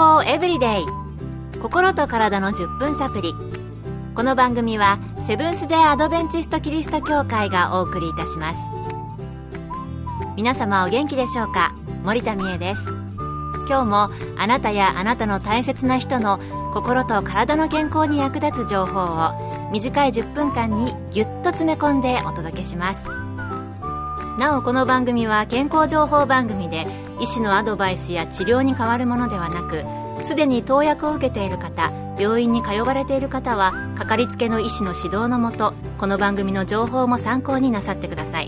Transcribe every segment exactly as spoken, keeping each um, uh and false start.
康エブリデイ、心と体のじゅっぷんサプリ。この番組はセブンス・デー・アドベンチスト・キリスト教会がお送りいたします。皆様お元気でしょうか。森田美恵です。今日もあなたやあなたの大切な人の心と体の健康に役立つ情報を短いじゅっぷんかんにぎゅっと詰め込んでお届けします。なおこの番組は健康情報番組で医師のアドバイスや治療に代わるものではなく、すでに投薬を受けている方、病院に通われている方はかかりつけの医師の指導のもと、この番組の情報も参考になさってください。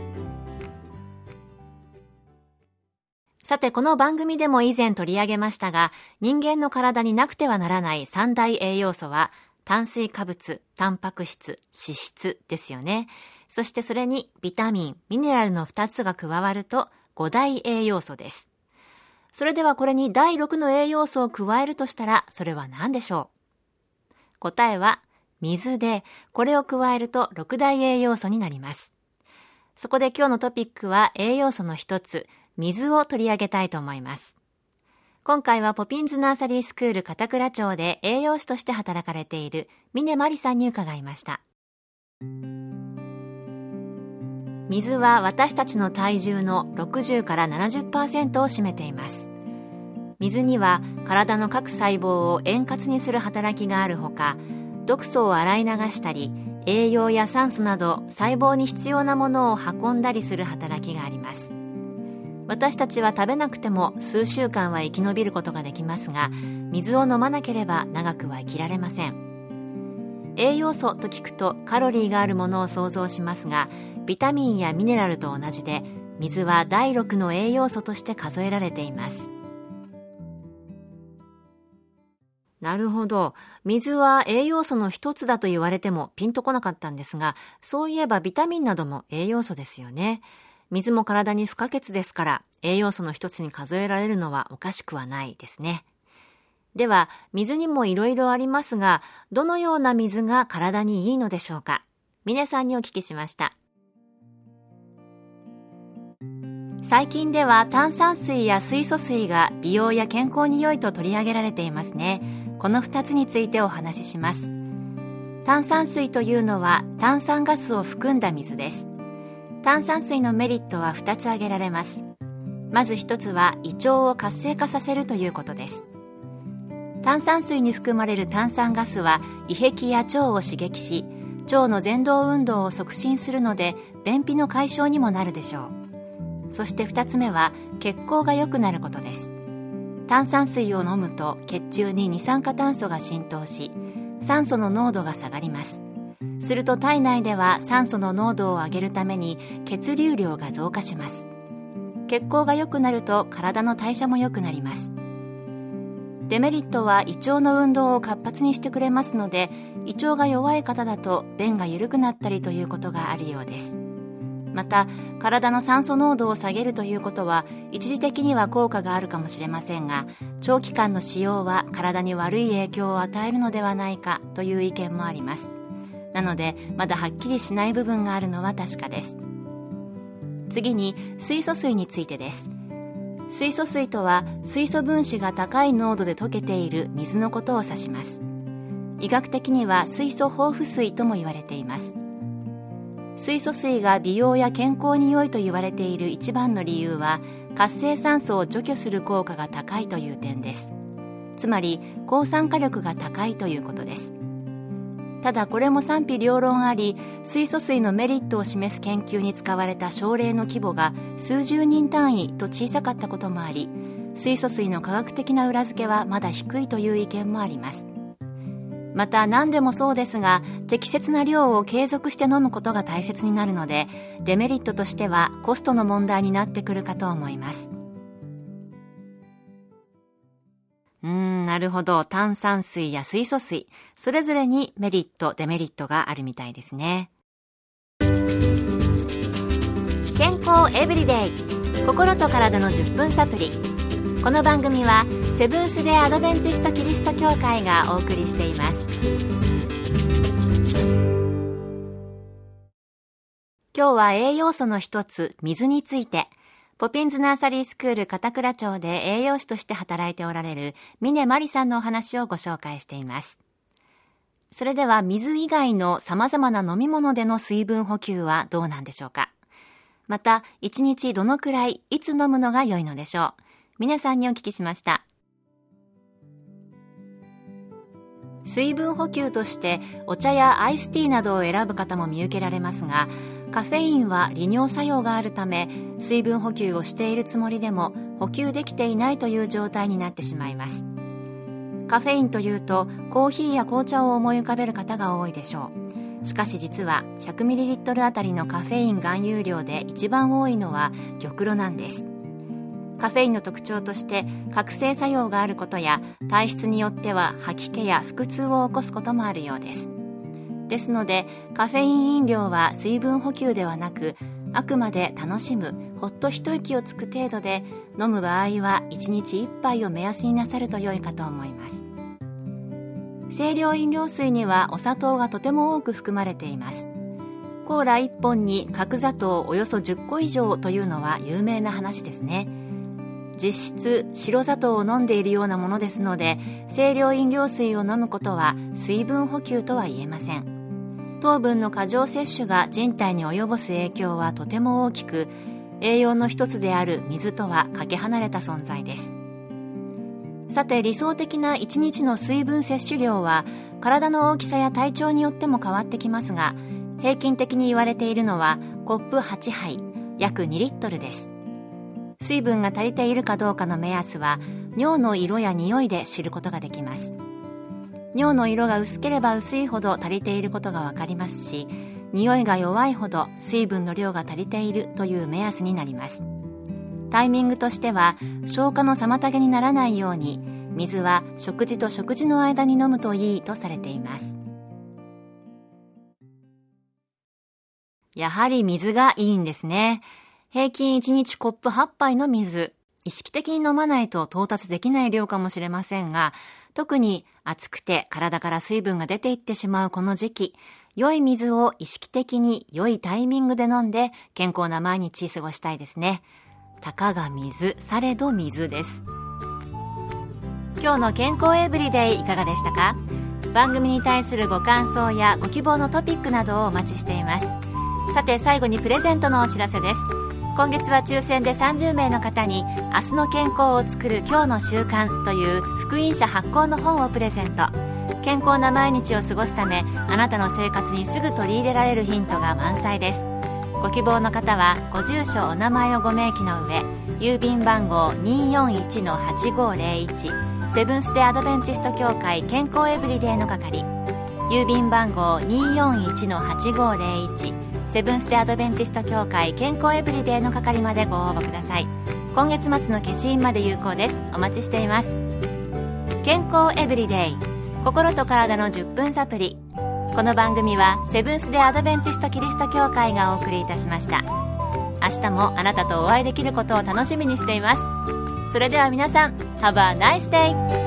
さて、この番組でも以前取り上げましたが、人間の体になくてはならない三大栄養素は炭水化物、タンパク質、脂質ですよね。そしてそれにビタミン、ミネラルのふたつが加わるとご大栄養素です。それではこれにだいろくの栄養素を加えるとしたら、それは何でしょう？答えは水で、これを加えるとろく大栄養素になります。そこで今日のトピックは栄養素の一つ、水を取り上げたいと思います。今回はポピンズナーサリースクール片倉町で栄養士として働かれている峰真理さんに伺いました。水は私たちの体重のろくじゅうからななじゅっパーセントを占めています。水には体の各細胞を円滑にする働きがあるほか、毒素を洗い流したり、栄養や酸素など細胞に必要なものを運んだりする働きがあります。私たちは食べなくても数週間は生き延びることができますが、水を飲まなければ長くは生きられません。栄養素と聞くとカロリーがあるものを想像しますが、ビタミンやミネラルと同じで、水はだいろくの栄養素として数えられています。なるほど。水は栄養素の一つだと言われてもピンとこなかったんですが、そういえばビタミンなども栄養素ですよね。水も体に不可欠ですから、栄養素の一つに数えられるのはおかしくはないですね。では、水にもいろいろありますが、どのような水が体にいいのでしょうか。峰さんにお聞きしました。最近では炭酸水や水素水が美容や健康に良いと取り上げられていますね。このふたつについてお話しします。炭酸水というのは炭酸ガスを含んだ水です。炭酸水のメリットはふたつ挙げられます。まずひとつは胃腸を活性化させるということです。炭酸水に含まれる炭酸ガスは胃壁や腸を刺激し、腸の蠕動運動を促進するので便秘の解消にもなるでしょう。そしてふたつめは血行が良くなることです。炭酸水を飲むと血中に二酸化炭素が浸透し、酸素の濃度が下がります。すると体内では酸素の濃度を上げるために血流量が増加します。血行が良くなると体の代謝も良くなります。デメリットは胃腸の運動を活発にしてくれますので、胃腸が弱い方だと便が緩くなったりということがあるようです。また、体の酸素濃度を下げるということは一時的には効果があるかもしれませんが、長期間の使用は体に悪い影響を与えるのではないかという意見もあります。なので、まだはっきりしない部分があるのは確かです。次に、水素水についてです。水素水とは、水素分子が高い濃度で溶けている水のことを指します。医学的には水素豊富水とも言われています。水素水が美容や健康に良いと言われている一番の理由は、活性酸素を除去する効果が高いという点です。つまり、抗酸化力が高いということです。ただこれも賛否両論あり、水素水のメリットを示す研究に使われた症例の規模が数十人単位と小さかったこともあり、水素水の科学的な裏付けはまだ低いという意見もあります。また何でもそうですが、適切な量を継続して飲むことが大切になるので、デメリットとしてはコストの問題になってくるかと思います。うーん、なるほど。炭酸水や水素水、それぞれにメリット、デメリットがあるみたいですね。健康エブリデイ、心と体のじゅっぷんサプリ。この番組はセブンス・デー・アドベンチスト・キリスト教会がお送りしています。今日は栄養素の一つ、水について、 ポピンズナーサリースクール片倉町で栄養士として働いておられる峰真理さんのお話をご紹介しています。それでは水以外の様々な飲み物での水分補給はどうなんでしょうか。またいちにちどのくらいいつ飲むのが良いのでしょう。峰さんにお聞きしました。水分補給としてお茶やアイスティーなどを選ぶ方も見受けられますが、カフェインは利尿作用があるため、水分補給をしているつもりでも補給できていないという状態になってしまいます。カフェインというとコーヒーや紅茶を思い浮かべる方が多いでしょう。しかし実は ひゃくミリリットル あたりのカフェイン含有量で一番多いのは玉露なんです。カフェインの特徴として覚醒作用があることや、体質によっては吐き気や腹痛を起こすこともあるようです。ですのでカフェイン飲料は水分補給ではなく、あくまで楽しむ、ほっと一息をつく程度で、飲む場合はいちにちいっぱいを目安になさると良いかと思います。清涼飲料水にはお砂糖がとても多く含まれています。コーラいっぽんに角砂糖およそじゅっこ以上というのは有名な話ですね。実質白砂糖を飲んでいるようなものですので、清涼飲料水を飲むことは水分補給とは言えません。糖分の過剰摂取が人体に及ぼす影響はとても大きく、栄養の一つである水とはかけ離れた存在です。さて、理想的ないちにちの水分摂取量は体の大きさや体調によっても変わってきますが、平均的に言われているのはコップはちはい、約にリットルです。水分が足りているかどうかの目安は尿の色や匂いで知ることができます。尿の色が薄ければ薄いほど足りていることがわかりますし、匂いが弱いほど水分の量が足りているという目安になります。タイミングとしては消化の妨げにならないように、水は食事と食事の間に飲むといいとされています。やはり水がいいんですね。平均いちにちコップはちはいの水、意識的に飲まないと到達できない量かもしれませんが、特に暑くて体から水分が出ていってしまうこの時期、良い水を意識的に良いタイミングで飲んで健康な毎日過ごしたいですね。たかが水、されど水です。今日の健康エブリデイいかがでしたか？番組に対するご感想やご希望のトピックなどをお待ちしています。さて、最後にプレゼントのお知らせです。今月は抽選でさんじゅうめいの方に明日の健康をつくる今日の習慣という福音社発行の本をプレゼント。健康な毎日を過ごすため、あなたの生活にすぐ取り入れられるヒントが満載です。ご希望の方はご住所お名前をご明記の上、郵便番号 にーよんいちのはちごーぜろいち セブンステアドベンチスト協会健康エブリデイの係、郵便番号 にーよんいちのはちごーぜろいちセブンステアドベンチスト協会健康エブリデイの係までご応募ください。今月末の消印まで有効です。お待ちしています。健康エブリデイ、心と体のじゅっぷんサプリ。この番組はセブンスデアドベンチストキリスト教会がお送りいたしました。明日もあなたとお会いできることを楽しみにしています。それでは皆さん、Have a nice day!